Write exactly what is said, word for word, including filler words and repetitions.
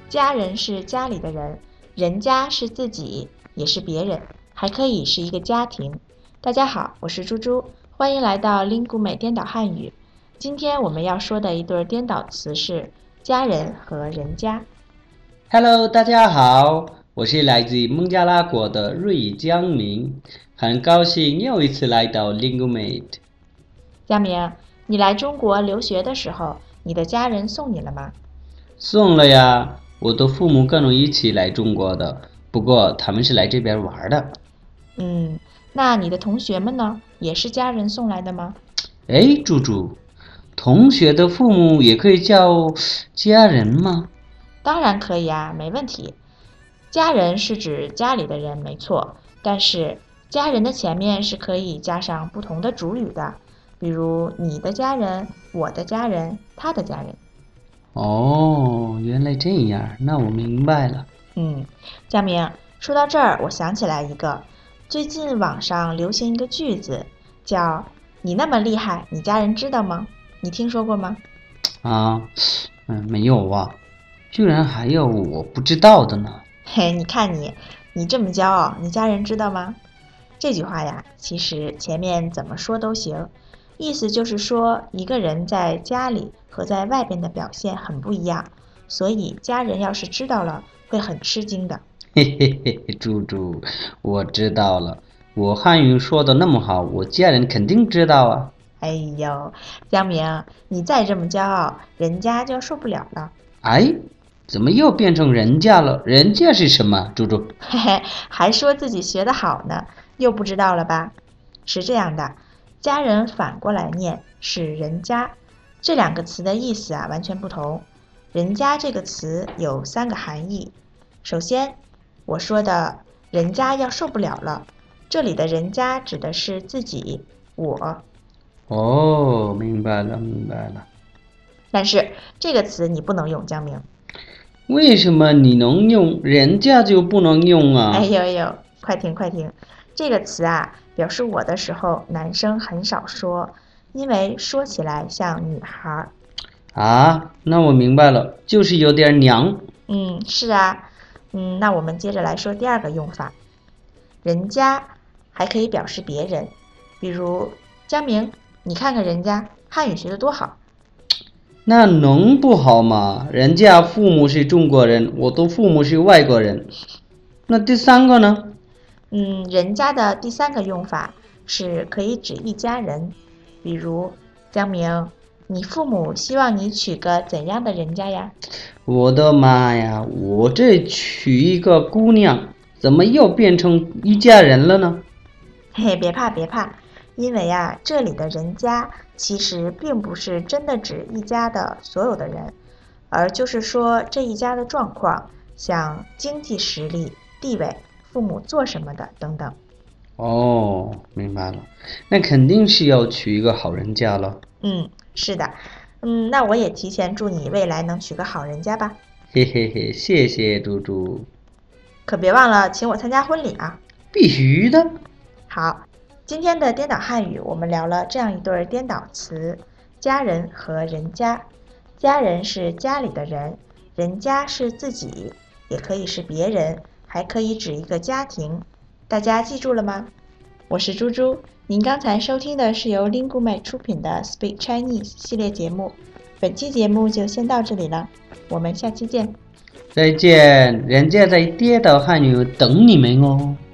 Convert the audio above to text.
家人是家里的人，人家是自己，也是别人，还可以是一个家庭。大家好，我是猪猪，欢迎来到 Lingume 颠倒汉语。今天我们要说的一对颠倒词是家人和人家。 Hello， 大家好，我是来自孟加拉国的瑞江明，很高兴又一次来到 Lingume。 江明，你来中国留学的时候，你的家人送你了吗？ 送了呀，我的父母跟我一起来中国的，不过他们是来这边玩的。 嗯，那你的同学们呢，也是家人送来的吗？ 哎，猪猪，同学的父母也可以叫家人吗？ 当然可以啊，没问题。家人是指家里的人，没错，但是家人的前面是可以加上不同的主语的，比如你的家人、我的家人、他的家人。 哦，原来这样，那我明白了。 嗯，江明，说到这儿，我想起来一个，最近网上流行一个句子，叫“你那么厉害，你家人知道吗？”你听说过吗？ 啊，嗯，没有啊，居然还有我不知道的呢。 嘿，你看你，你这么骄傲，你家人知道吗？这句话呀，其实前面怎么说都行，意思就是说一个人在家里和在外边的表现很不一样，所以家人要是知道了，会很吃惊的。 嘿嘿嘿，猪猪，我知道了。我汉语说的那么好，我家人肯定知道啊。 哎呦，江明，你再这么骄傲，人家就受不了了。 哎，怎么又变成人家了？人家是什么？猪猪？ 嘿嘿，还说自己学得好呢，又不知道了吧？是这样的，家人反过来念是人家，这两个词的意思啊完全不同。人家这个词有三个含义。首先，我说的人家要受不了了，这里的人家指的是自己，我。 哦，明白了，明白了。 但是这个词你不能用，江明。 为什么你能用，人家就不能用啊？ 哎呦呦，快听快听，这个词啊，表示我的时候，男生很少说，因为说起来像女孩。 啊，那我明白了，就是有点娘。 嗯，是啊，嗯，那我们接着来说第二个用法，人家还可以表示别人，比如江明，你看看人家汉语学得多好。 那能不好吗？人家父母是中国人，我的父母是外国人。那第三个呢？ 嗯，人家的第三个用法是可以指一家人，比如江明，你父母希望你娶个怎样的人家呀？ 我的妈呀，我这娶一个姑娘，怎么又变成一家人了呢？ 嘿嘿，别怕别怕，因为啊，这里的人家其实并不是真的指一家的所有的人，而就是说这一家的状况，像经济实力、地位、父母做什么的等等。 哦，明白了，那肯定是要娶一个好人家了。 嗯，是的，嗯，那我也提前祝你未来能娶个好人家吧。 嘿嘿嘿，谢谢猪猪， 可别忘了请我参加婚礼啊。 必须的。 好，今天的颠倒汉语我们聊了这样一对颠倒词，家人和人家。家人是家里的人，人家是自己，也可以是别人，还可以指一个家庭。大家记住了吗？我是猪猪，您刚才收听的是由 Lingume 出品的 Speak Chinese 系列节目，本期节目就先到这里了，我们下期见。 再见，人家在跌倒汉语等你们哦。